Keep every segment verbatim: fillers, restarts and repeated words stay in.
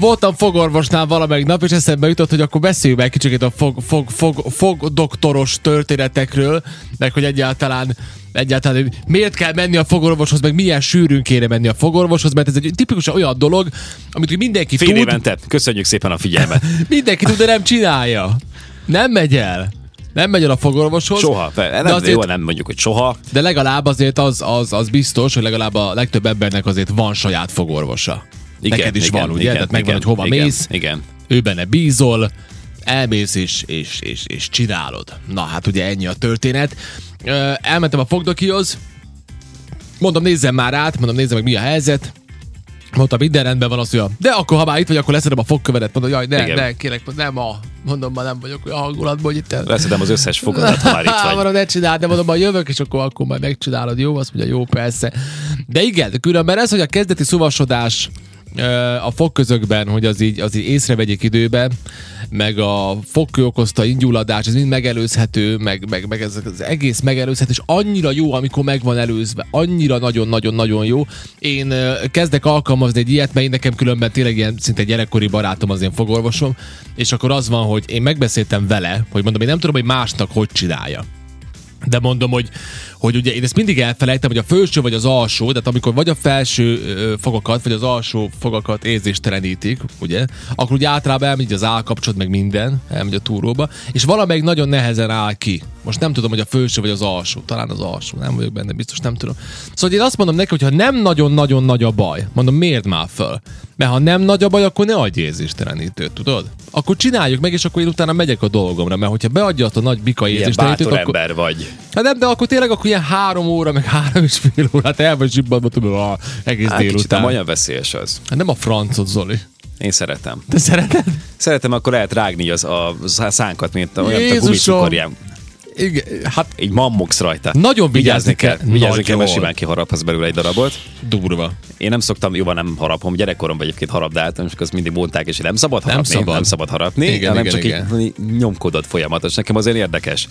voltam fogorvosnál valamelyik nap, és eszembe jutott, hogy akkor beszéljünk meg kicsit a fog, fog, fog, fogdoktoros történetekről, meg hogy egyáltalán, egyáltalán miért kell menni a fogorvoshoz, meg milyen sűrűn kéne menni a fogorvoshoz, mert ez egy tipikusan olyan dolog, amit mindenki Fél tud. Fél évente. Köszönjük szépen a figyelmet. Mindenki tud, de nem csinálja. Nem megy el. Nem megy el a fogorvoshoz. Soha. Nem, azért, jó, nem mondjuk, hogy soha. De legalább azért az, az, az biztos, hogy legalább a legtöbb embernek azért van saját fogorvosa. Igen, neked is igen, van, ugye? Igen, Tehát megvan, igen, hogy hova igen, mész, igen. ő benne bízol, elmész és, és, és, és csinálod. Na hát ugye ennyi a történet. Elmentem a fogdokihoz, mondom, nézzem már át, mondom, nézzem meg mi a helyzet. Mondtam, minden rendben van, azt mondja, de akkor ha már itt vagy, akkor leszedem a fogkövedet. Mondom, jaj, ne, ne, kérlek, nem a, mondom, már nem vagyok olyan hangulatban, hogy itt... Leszedem az összes fogadat, ha már itt vagy. Mondom, ne csináld, de mondom, majd jövök, és akkor, akkor majd megcsinálod, jó? Azt mondja, jó, persze. De igen, különben ez, hogy a kezdeti szuvasodás a fogközökben, hogy az így, az így észrevegyék időben, meg a fogkő okozta ingyulladás, ez mind megelőzhető, meg, meg, meg ez az egész megelőzhető, és annyira jó, amikor meg van előzve, annyira nagyon-nagyon-nagyon jó. Én kezdek alkalmazni egy ilyet, mert én nekem különben tényleg ilyen szinte gyerekkori barátom az én fogorvosom, és akkor az van, hogy én megbeszéltem vele, hogy mondom, én nem tudom, hogy másnak hogy csinálja. De mondom, hogy, hogy ugye én ezt mindig elfelejtem, hogy a felső vagy az alsó, tehát amikor vagy a felső fogakat, vagy az alsó fogakat érzéstelenítik, ugye, akkor ugye általában elmegy az állkapcsod, meg minden, elmegy a túróba, és valamelyik nagyon nehezen áll ki. Most nem tudom, hogy a felső vagy az alsó, talán az alsó, nem vagyok benne, biztos nem tudom. Szóval én azt mondom neki, hogy ha nem nagyon-nagyon nagy a baj, mondom, mérd már föl. Mert ha nem nagy a baj, akkor ne adj érzéstelenítőt, tudod? Akkor csináljuk meg, és akkor én utána megyek a dolgomra, mert hogyha beadja azt a nagy bika érzéstelenítőt, akkor... ember vagy. Hát nem, de akkor tényleg akkor ilyen három óra, meg három és fél órát el vagy zsibbadva, tudom, ah, egész hát, délután. Kicsit olyan veszélyes az. Hát nem a francot, Zoli. Én szeretem. Te szereted? Szeretem, akkor lehet rágni az a szánkat, mint olyan a gumicukorján. Igen, hát így mammogsz rajta. Nagyon vigyázni kell. Vigyázni kell, mert simán kiharaphatsz belőle egy darabot. Durva. Én nem szoktam, jóval nem harapom, gyerekkoromban egyébként harabdáltam, és azt mindig mondták, és nem szabad harapni. Nem szabad, nem szabad harapni, igen, hanem igen, csak igen. így nyomkodott folyamatos. Nekem azért érdekes.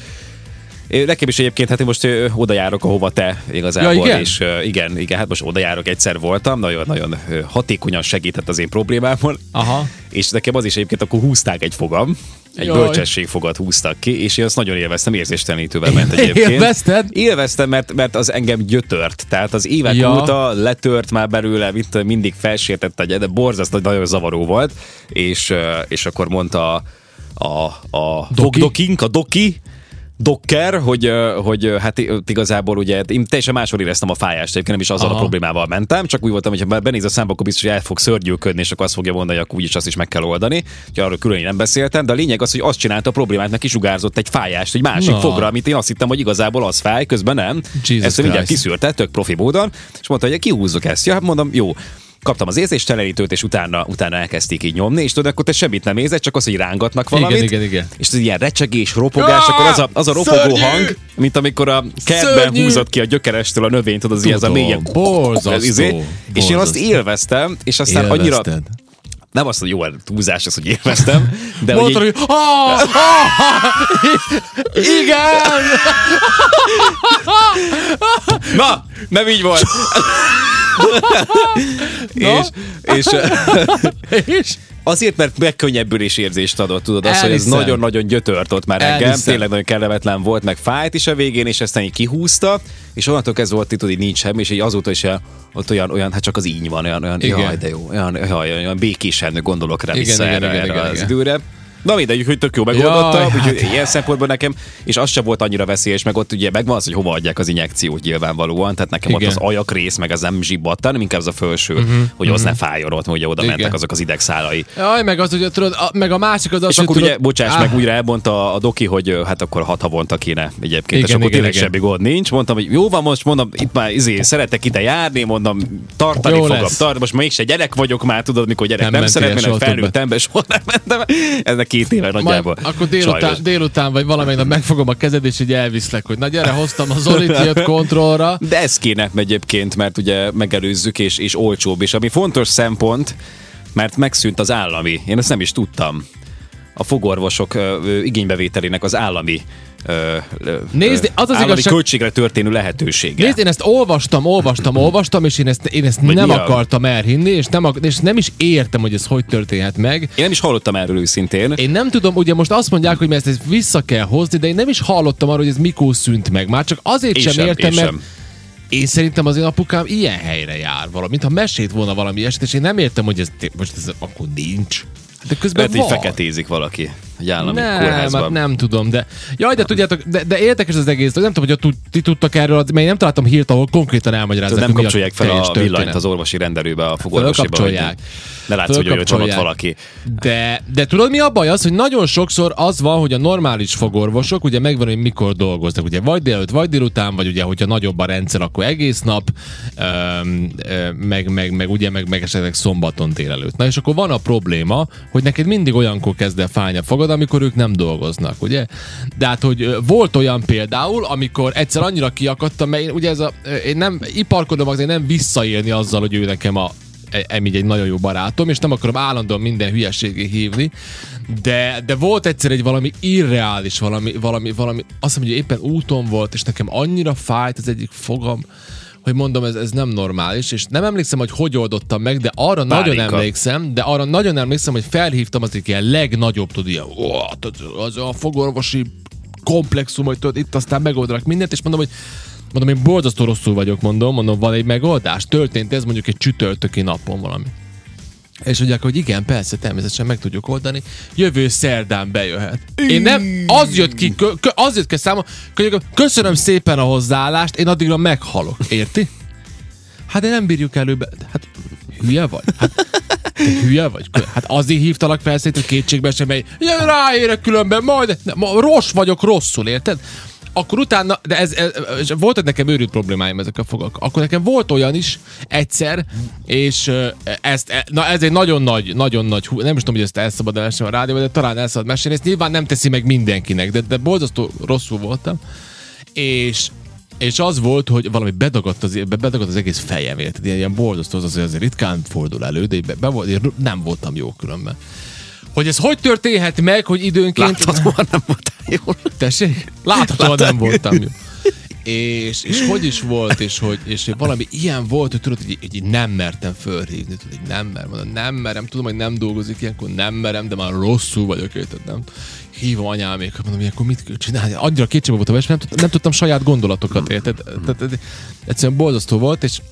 Nekem is egyébként, hát én most oda járok, ahova te igazából, ja, igen? és uh, igen, igen, hát most oda járok, egyszer voltam, nagyon-nagyon hatékonyan segített az én problémámon. Aha. És nekem az is egyébként, akkor húzták egy fogam, egy Jaj. bölcsességfogat húztak ki, és én azt nagyon élveztem, érzéstelenítővel ment egyébként. Élvezted? Élveztem, mert, mert az engem gyötört, tehát az évek ja. óta letört már belőle, mint mindig felsértett, de borzasztó, nagyon zavaró volt, és, és akkor mondta a, a, a fogdokink, a doki, Dokker, hogy, hogy hát igazából ugye én teljesen máshol éreztem a fájást, egyébként nem is azzal Aha. a problémával mentem, csak úgy voltam, hogy ha benéz a számba, akkor biztos, hogy el fog szörnyűködni, és akkor azt fogja mondani, hogy akkor úgyis azt is meg kell oldani. Úgyhogy arról külön nem beszéltem, de a lényeg az, hogy azt csinálta a problémát, meg kisugárzott egy fájást, egy másik no. fogra, amit én azt hittem, hogy igazából az fáj, közben nem. Jesus ezt mindjárt kiszűrte, tök profi módon, és mondta, hogy kihúzzuk ezt. Ja, mondom, jó. Kaptam az érzéstelenítőt, és utána, utána elkezdték így nyomni, és tudod, akkor te semmit nem érzed, csak az, hogy rángatnak valamit. Igen, igen, igen. És ez ilyen recsegés, ropogás, akkor az a, az a ropogó Szörnyű! hang, mint amikor a kertben Szörnyű! húzott ki a gyökerestől a növényt, tudod, az ilyen az a mélyen. Borzasztó. Izé, és én azt élveztem, és aztán Élvezted. annyira... Nem azt, hogy jó túlzás az, hogy élveztem, de Mondtad, hogy... Oh, oh, igen! Na, nem így volt. és, és, és? Azért, mert megkönnyebbülés érzést adott, tudod, az, hogy ez Elhiszem. nagyon-nagyon gyötört ott már engem, Elhiszem. tényleg nagyon kellemetlen volt, meg fájt is a végén, és aztán így kihúzta, és onnantól kezdve volt, tudod, így nincs semmi, és így azóta is ott olyan, olyan, hát csak az íny van, olyan, olyan jaj, de jó, olyan, olyan, olyan békésen gondolok rá vissza igen, erre, igen, erre igen, az igen. időre. Na mindegy, hogy tök jó megoldotta, Jaj, úgyhogy hát. ilyen szempontból nekem, és az sem volt annyira veszélyes, meg ott ugye megvan az, hogy hova adják az injekciót nyilvánvalóan, tehát nekem Igen. ott az ajak rész, meg az nem zsibbadt, hanem inkább az a felső, uh-huh, hogy uh-huh. az ne fájjon ott, ugye oda Igen. mentek azok az idegszálai. Jaj, meg az, hogy tudod, a, meg a másik az az, És hogy akkor tudod, ugye, bocsáss áh. meg, újra elmondta a doki, hogy hát akkor hat havonta kéne egyébként, Igen, és akkor igen, tényleg igen. semmi gond nincs. Mondtam, hogy jó van, most mondom, itt már izé, szeretek ide járni, mondom, tartani Jó fogom, lesz. tart, most mégse gyerek vagyok már, tudod, mikor gyerek Nem nem, nem mentél szeret, soha mert felnőtt ember, soha nem mentem. Ez két éve nagyjából. Majd, akkor délután, délután vagy valamelyik nap megfogom a kezed, és így elviszlek, hogy na gyere, hoztam a Zolit, jött kontrollra. De ez kéne egyébként, mert ugye megelőzzük, és, és olcsóbb, és ami fontos szempont, mert megszűnt az állami. Én ezt nem is tudtam. A fogorvosok ö, igénybevételének az állami ö, Nézd, az az állami igazság... költségre történő lehetősége. Nézd, én ezt olvastam, olvastam, olvastam, és én ezt, én ezt nem mi a... akartam elhinni, és nem, és nem is értem, hogy ez hogy történhet meg. Én nem is hallottam erről őszintén. Én nem tudom, ugye most azt mondják, hogy ezt, ezt vissza kell hozni, de én nem is hallottam arról, hogy ez mikor szűnt meg. Már csak azért sem, sem értem, mert sem. Én szerintem az én apukám ilyen helyre jár valami, mintha mesét volna valami eset, és én nem értem, hogy ez most ez akkor nincs. De közben lehet, hogy feketézik valaki egy állami nem, kórházban. Hát nem tudom, de... Jaj, de tudjátok, de, de érdekes az egész, nem tudom, hogy ti tudtak erről, mert én nem találtam hírt, ahol konkrétan elmagyarázzák, nem kapcsolják fel a történet. Villanyt az orvosi rendelőbe a fogorvosiba. Ne látsz, hogy ott van ott valaki. De, de tudod, mi a baj? Az, hogy nagyon sokszor az van, hogy a normális fogorvosok, ugye megvan, hogy mikor dolgoznak, ugye vagy délelőtt, vagy délután, vagy ugye, hogyha nagyobb a rendszer, akkor egész nap, öm, öm, meg, meg, meg, ugye, meg, meg esetleg szombaton délelőtt. Na és akkor van a probléma, hogy neked mindig olyankor kezd el fájni a fogad, amikor ők nem dolgoznak, ugye? De hát, hogy volt olyan például, amikor egyszer annyira kiakadtam, mert én, ugye ez a, én nem iparkodom, azért nem visszaélni azzal, hogy ő nekem a Emi egy nagyon jó barátom, és nem akarom állandóan minden hülyeségé hívni, de, de volt egyszer egy valami irreális, valami, valami, valami, azt mondom, hogy éppen úton volt, és nekem annyira fájt az egyik fogam, hogy mondom, ez, ez nem normális, és nem emlékszem, hogy hogy oldottam meg, de arra Pálinka. nagyon emlékszem, de arra nagyon emlékszem, hogy felhívtam az egyik ilyen legnagyobb, tudod, ilyen, az a fogorvosi komplexum, hogy tudod, itt aztán megoldanak mindent, és mondom, hogy Mondom, én borzasztó rosszul vagyok, mondom, mondom, van egy megoldás, történt ez mondjuk egy csütörtöki napon valami. És mondják, hogy igen, persze, természetesen meg tudjuk oldani, jövő szerdán bejöhet. Én nem, az jött ki, kö, kö, az jött ki számom, köszönöm szépen a hozzáállást, én addigra meghalok, érti? Hát de nem bírjuk előbe, hát hülye vagy? Hát, hülye vagy? Hát azért hívtalak fel, szerintem kétségbe sem, mert ráérek különben, majd, ma, rossz vagyok, rosszul, érted? Akkor utána, de ez, ez, ez volt nekem őrült problémáim ezek a fogak. Akkor nekem volt olyan is egyszer, és ezt, na ez egy nagyon nagy, nagyon nagy, nem is tudom, hogy ezt el szabad elmesélni a rádióban, de talán el szabad mesélni, ezt nyilván nem teszi meg mindenkinek, de, de borzasztó rosszul voltam. És, és az volt, hogy valami bedagadt az, bedagadt az egész fejem, érted? Ilyen, ilyen borzasztó, az azért ritkán fordul elő, de be, be, be, nem voltam jó különben. Hogy ez hogy történhet meg, hogy időnként... Láthatóan nem voltál jól. Tessék? Láthatóan nem voltam jó. És, és hogy is volt, és hogy és valami ilyen volt, hogy tudod, hogy, hogy nem mertem fölhívni, tudod, hogy nem merem, mondom, nem merem, tudom, hogy nem dolgozik ilyenkor, nem merem, de már rosszul vagyok, érted, nem. Hívom anyámékat, mondom, ilyenkor mit kell csinálni? Annyira kétségbe voltam, és nem, nem tudtam saját gondolatokat, érted? Tehát egyszerűen borzasztó volt, és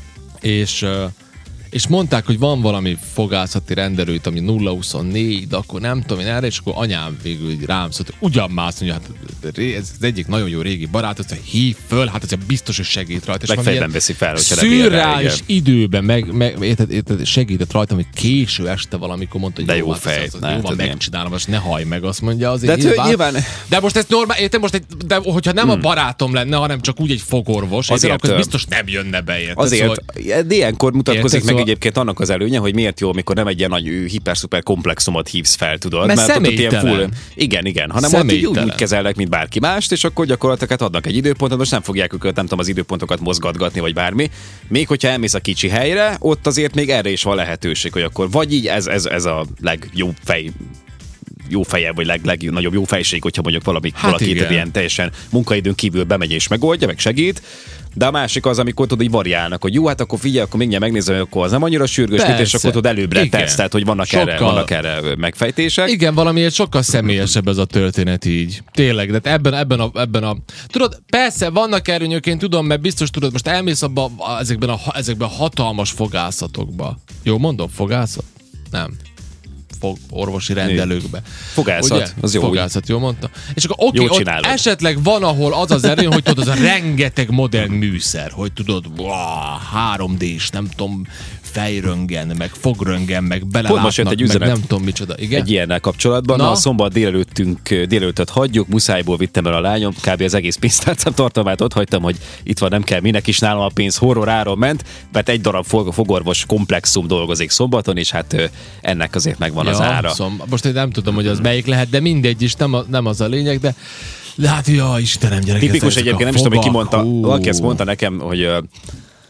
és És mondták, hogy van valami fogászati rendelőt, ami nulla huszonnégy, de akkor nem tudom én erre, és akkor anyám végül rám szólt, hogy ugyan már azt mondja, hát ez az egyik nagyon jó régi barát, azt mondja, hív föl, hát ez biztos, hogy segít rajta. Meg fejben veszi fel, hogyha szürreális időben meg, meg érted, érted, segített rajtam, hogy késő este valamikor mondta, hogy de jó, jó hát fej, az, az, jó van, megcsinálom, most ne hajj meg, azt mondja. Azért de, nyilván, nyilván... de most ez normál, érted, most egy, de hogyha nem hmm. a barátom lenne, hanem csak úgy egy fogorvos, azért, akkor biztos nem jönne be, érted? Azért, szóval, de ilyenkor mutatkozik érted, meg szóval... egyébként annak az előnye, hogy miért jó, amikor nem egy ilyen nagy hiper-szuper komplexumot hívsz fel, tudod? Mert, mert ott ilyen full... Igen, igen, hanem ott úgy, úgy kezelnek, mint bárki mást, és akkor gyakorlatilag adnak egy időpontot, most nem fogják őket, nem tudom, az időpontokat mozgatgatni, vagy bármi. Még hogyha elmész a kicsi helyre, ott azért még erre is van lehetőség, hogy akkor vagy így ez, ez, ez a legjobb fej jó feje, vagy leg, legnagyobb jó fejség, hogyha mondjuk valami, hát valaki ilyen teljesen munkaidőn kívül bemegy és megoldja, meg segít. De a másik az, amikor tudod, így variálnak, hogy jó, hát akkor figyelj, akkor mindjárt megnézem, hogy akkor az nem annyira sürgős, és akkor tudod előbbre tesz, tehát hogy vannak erre, vannak erre megfejtések. Igen, valamiért sokkal személyesebb ez a történet így. Tényleg, de ebben, ebben, a, ebben a... Tudod, persze vannak erőnyök, én tudom, mert biztos tudod, most elmész abba, ezekben, a, ezekben a hatalmas fogászatokba. Jó mondom, fogászat? Nem. Fog, orvosi rendelőkbe. Fogászat, ugye? Az jó. Fogászat, jól mondta. És akkor oké, okay, ott esetleg van, ahol az az erő, hogy tudod, az a rengeteg modern műszer, hogy tudod, wow, három dés, nem tudom, fejröngen, meg fogröngen, meg belelátnak, egy meg nem tudom micsoda. Igen? Egy ilyennel kapcsolatban. Na? A szombat délelőttünk, délelőttöt hagyjuk, muszájból vittem el a lányom, kb. Az egész pénztárcám tartalmát ott hagytam, hogy itt van, nem kell minek is nálam a pénz, horror áron ment, mert egy darab fogorvos komplexum dolgozik szombaton, és hát ennek azért megvan ja, az ára. Szombat. Most én nem tudom, hogy az melyik lehet, de mindegy is, nem, a, nem az a lényeg, de de hát, ja, Istenem, gyerek. Tipikus egyébként, nem is tudom, hogy ki mondta, valaki ezt mondta nekem, hogy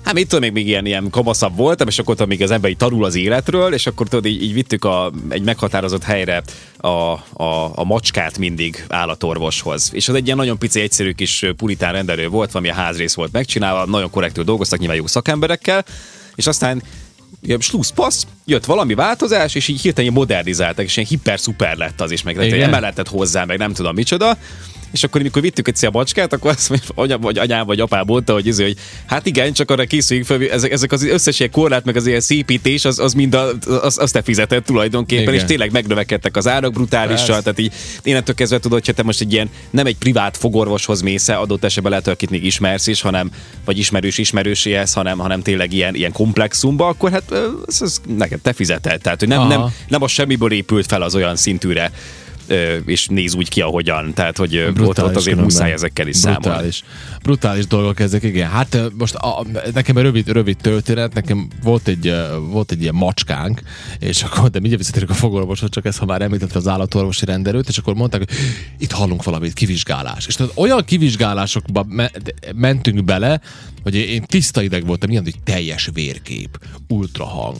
Hát mit tudom, még, még ilyen, ilyen kamaszabb voltam, és akkor még az ember így tanul az életről, és akkor tudod, így, így vittük a, egy meghatározott helyre a, a, a macskát mindig állatorvoshoz. És az egy ilyen nagyon pici, egyszerű kis puritán rendelő volt, valami a házrész volt megcsinálva, nagyon korrektül dolgoztak, nyilván jó szakemberekkel, és aztán slusszpassz, jött valami változás, és így hirtelen modernizáltak, és ilyen hiper-szuper lett az is, meg emelletett hozzá, meg nem tudom micsoda. És akkor, amikor vittük egyszer a macskát, akkor azt mondja, anya, vagy anyám, vagy apám mondta, hogy, izé, hogy hát igen, csak arra készüljünk fel, ezek, ezek az összes ilyen korlát, meg az ilyen szépítés, az, az mind a, az, az te fizetett tulajdonképpen, igen. És tényleg megnövekedtek az árak brutálisan, tehát így innentől kezdve tudod, hogy te most egy ilyen, nem egy privát fogorvoshoz mész, adott esetben lehet, akit még ismersz is, hanem, vagy ismerős ismerőséhez, hanem, hanem tényleg ilyen, ilyen komplexumba, akkor hát ez, ez neked te fizetett. Tehát, hogy nem, nem, nem a semmiből épült fel az olyan szintűre, és néz úgy ki, ahogyan. Tehát, hogy ott, ott azért különben. Muszáj ezekkel is brutális. számolni. Brutális dolgok ezek, igen. Hát most a, nekem egy rövid, rövid történet, nekem volt egy, volt egy ilyen macskánk, és akkor, de mindjárt visszatérünk a fogorvoshoz, csak ezt, ha már említette az állatorvosi rendelőt, és akkor mondták, hogy itt hallunk valamit, kivizsgálás. És tehát olyan kivizsgálásokba me- mentünk bele, hogy én tiszta ideg voltam, ilyen, hogy teljes vérkép, ultrahang,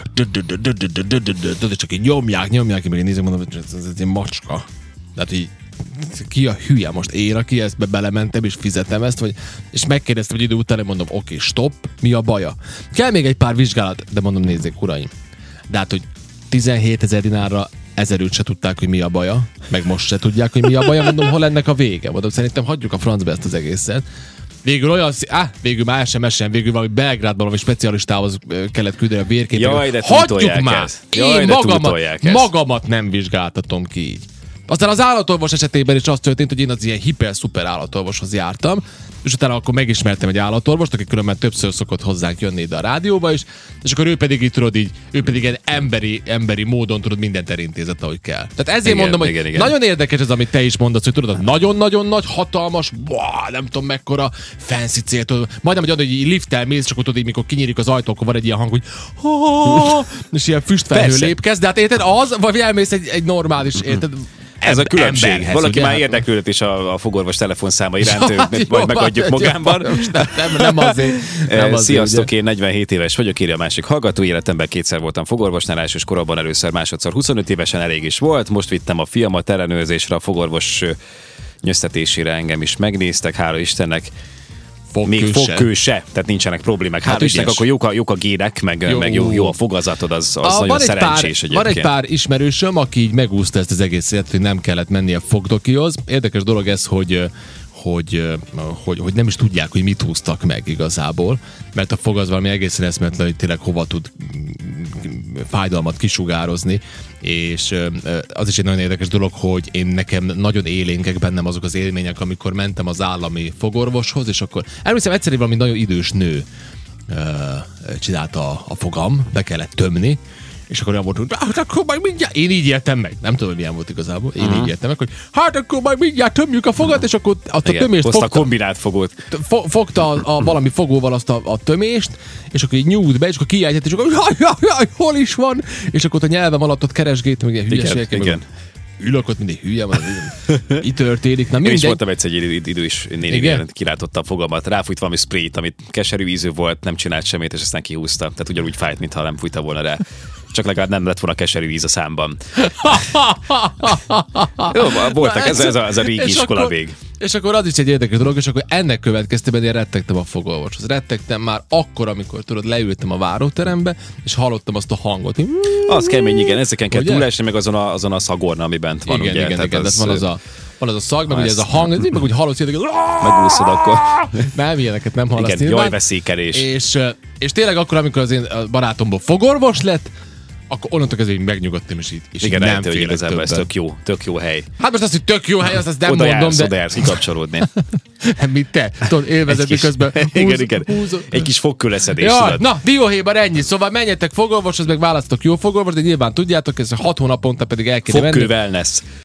csak így nyomják, nyomják, meg én nézem, mondom, hogy ez egy macska. Tehát így ki a hülye most én, aki ezt be belementem, és fizetem ezt, vagy, és megkérdeztem egy idő után, hogy mondom, oké, okay, stop, mi a baja? Kell még egy pár vizsgálat, de mondom, nézzék, uraim. De hát, hogy tizenhétezer dinárra ezelőtt se tudták, hogy mi a baja, meg most se tudják, hogy mi a baja, mondom, hol ennek a vége? Mondom, szerintem hagyjuk a francba ezt az egészet. Végül olyan, á, végül már es em es-en, végül valami Belgrádban valami specialistához kellett küldeni a vérképet. Jaj, de hagyjuk már! Jaj, én de magamat, magamat nem vizsgáltatom ki így. Aztán az állatorvos esetében is az történt, hogy én az ilyen hiper-szuper állatorvoshoz jártam, és utána akkor megismertem egy állatorvost, aki különben többször szokott hozzánk jönni ide a rádióba is, és akkor ő pedig így tudod így, ő pedig egy emberi, emberi módon tudod mindent elintézett, ahogy kell. Tehát ezért igen, mondom, igen, hogy igen. Nagyon érdekes ez, amit te is mondasz, hogy tudod, nagyon-nagyon nagy, hatalmas, boah, nem tudom mekkora fancy cél, tudod, majdnem, hogy adod, hogy lifttel mész, csak tudod, így, mikor kinyílik az ajtó, akkor van egy ilyen hang, hogy és ilyen füstfelhő lépkez, de hát érted, az, vagy elmész egy, egy normális, érted? Ez a különbség. Emberhez, valaki ugye? Már érdeklődött is a, a fogorvos telefonszáma iránt, ja, majd jó, megadjuk jó, magánban. Nem, nem, nem azért. Nem azért Sziasztok, ugye? Én negyvenhét éves vagyok, írja a másik hallgató. Életemben kétszer voltam fogorvosnál, elsős koromban először, másodszor huszonöt évesen elég is volt. Most vittem a fiamat ellenőrzésre, a fogorvos nyöztetésére, engem is megnéztek, hála Istennek. Fogkőse. Még fogkőse, tehát nincsenek problémák. Hát Istennek, akkor jók a, jók a gének, meg jó, meg jó, jó a fogazatod, az, az a, nagyon szerencsés pár, egyébként. Van egy pár ismerősöm, aki így megúszta ezt az egészet, hogy nem kellett mennie fogdokihoz. Érdekes dolog ez, hogy Hogy, hogy, hogy nem is tudják, hogy mit húztak meg igazából, mert a fog az valami egészen eszméletlen, hogy tényleg hova tud fájdalmat kisugározni, és az is egy nagyon érdekes dolog, hogy én nekem nagyon élénkek bennem azok az élmények, amikor mentem az állami fogorvoshoz, és akkor elhiszem egyszer valami nagyon idős nő csinálta a, a fogam, be kellett tömni, és akkor olyan volt, hogy hát akkor majd mindjárt, én így éltem meg. Nem tudom, hogy milyen volt igazából. Én uh-huh. így éltem meg, hogy hát akkor majd mindjárt tömjük a fogat, és akkor azt a tömést fogta. a kombinált fogót. Fo- fogta a, a valami fogóval azt a, a tömést, és akkor így nyújt be, és akkor kiejtett, és akkor jaj, jaj, jaj, hol is van? És akkor ott a nyelvem alatt ott keresgéltem, hogy ilyen hülyeségek. Igen, igen. Ülök ott, mindig hülye van, így történik. Na, én is voltam egyszer egy idős néni, kilátotta a fogamat, ráfújt valami sprayt, amit keserű ízű volt, nem csinált semmit, és aztán kihúzta. Tehát ugyanúgy fájt, mintha nem fújta volna rá. Csak legalább nem lett volna keserű íz a számban. Jó, voltak, ez, ez, a, ez a régi iskola akkor, vég. És akkor az is egy érdekes dolog, és akkor ennek következtében én rettegtem a fogorvoshoz. Rettegtem már akkor, amikor tudod, leültem a váróterembe, és hallottam azt a hangot. Az kemény, igen, ezeken kell túlesni, meg azon a, azon a szagorna, ami bent van. Igen, ugye? igen, igen, az, van az a van az a szag, meg ugye ez a hang, meg úgy hallasz, hogy megúszod akkor. Nem, ilyeneket nem hallasz. Igen, jaj, veszélykerés. És, és tényleg akkor, amikor az én barátomból fogorvos lett, akkor onnantól kezdve így megnyugodtam, és így, és igen, így nem félek félek többen. Ez tök jó, tök jó hely. Hát most azt, hogy tök jó hely, azt, azt nem oda mondom, jársz, de... oda jársz kikapcsolódni. Mit te? Tudod, élvezetni közben. Húz, igen, igen. Húz, egy kis fogkőleszedés. Ja, na, dióhéjban ennyi. Szóval menjetek fogorvoshoz, meg választok jó fogorvos, de nyilván tudjátok, ez hat hónaponta pedig el kéne menni. Fogkő wellness.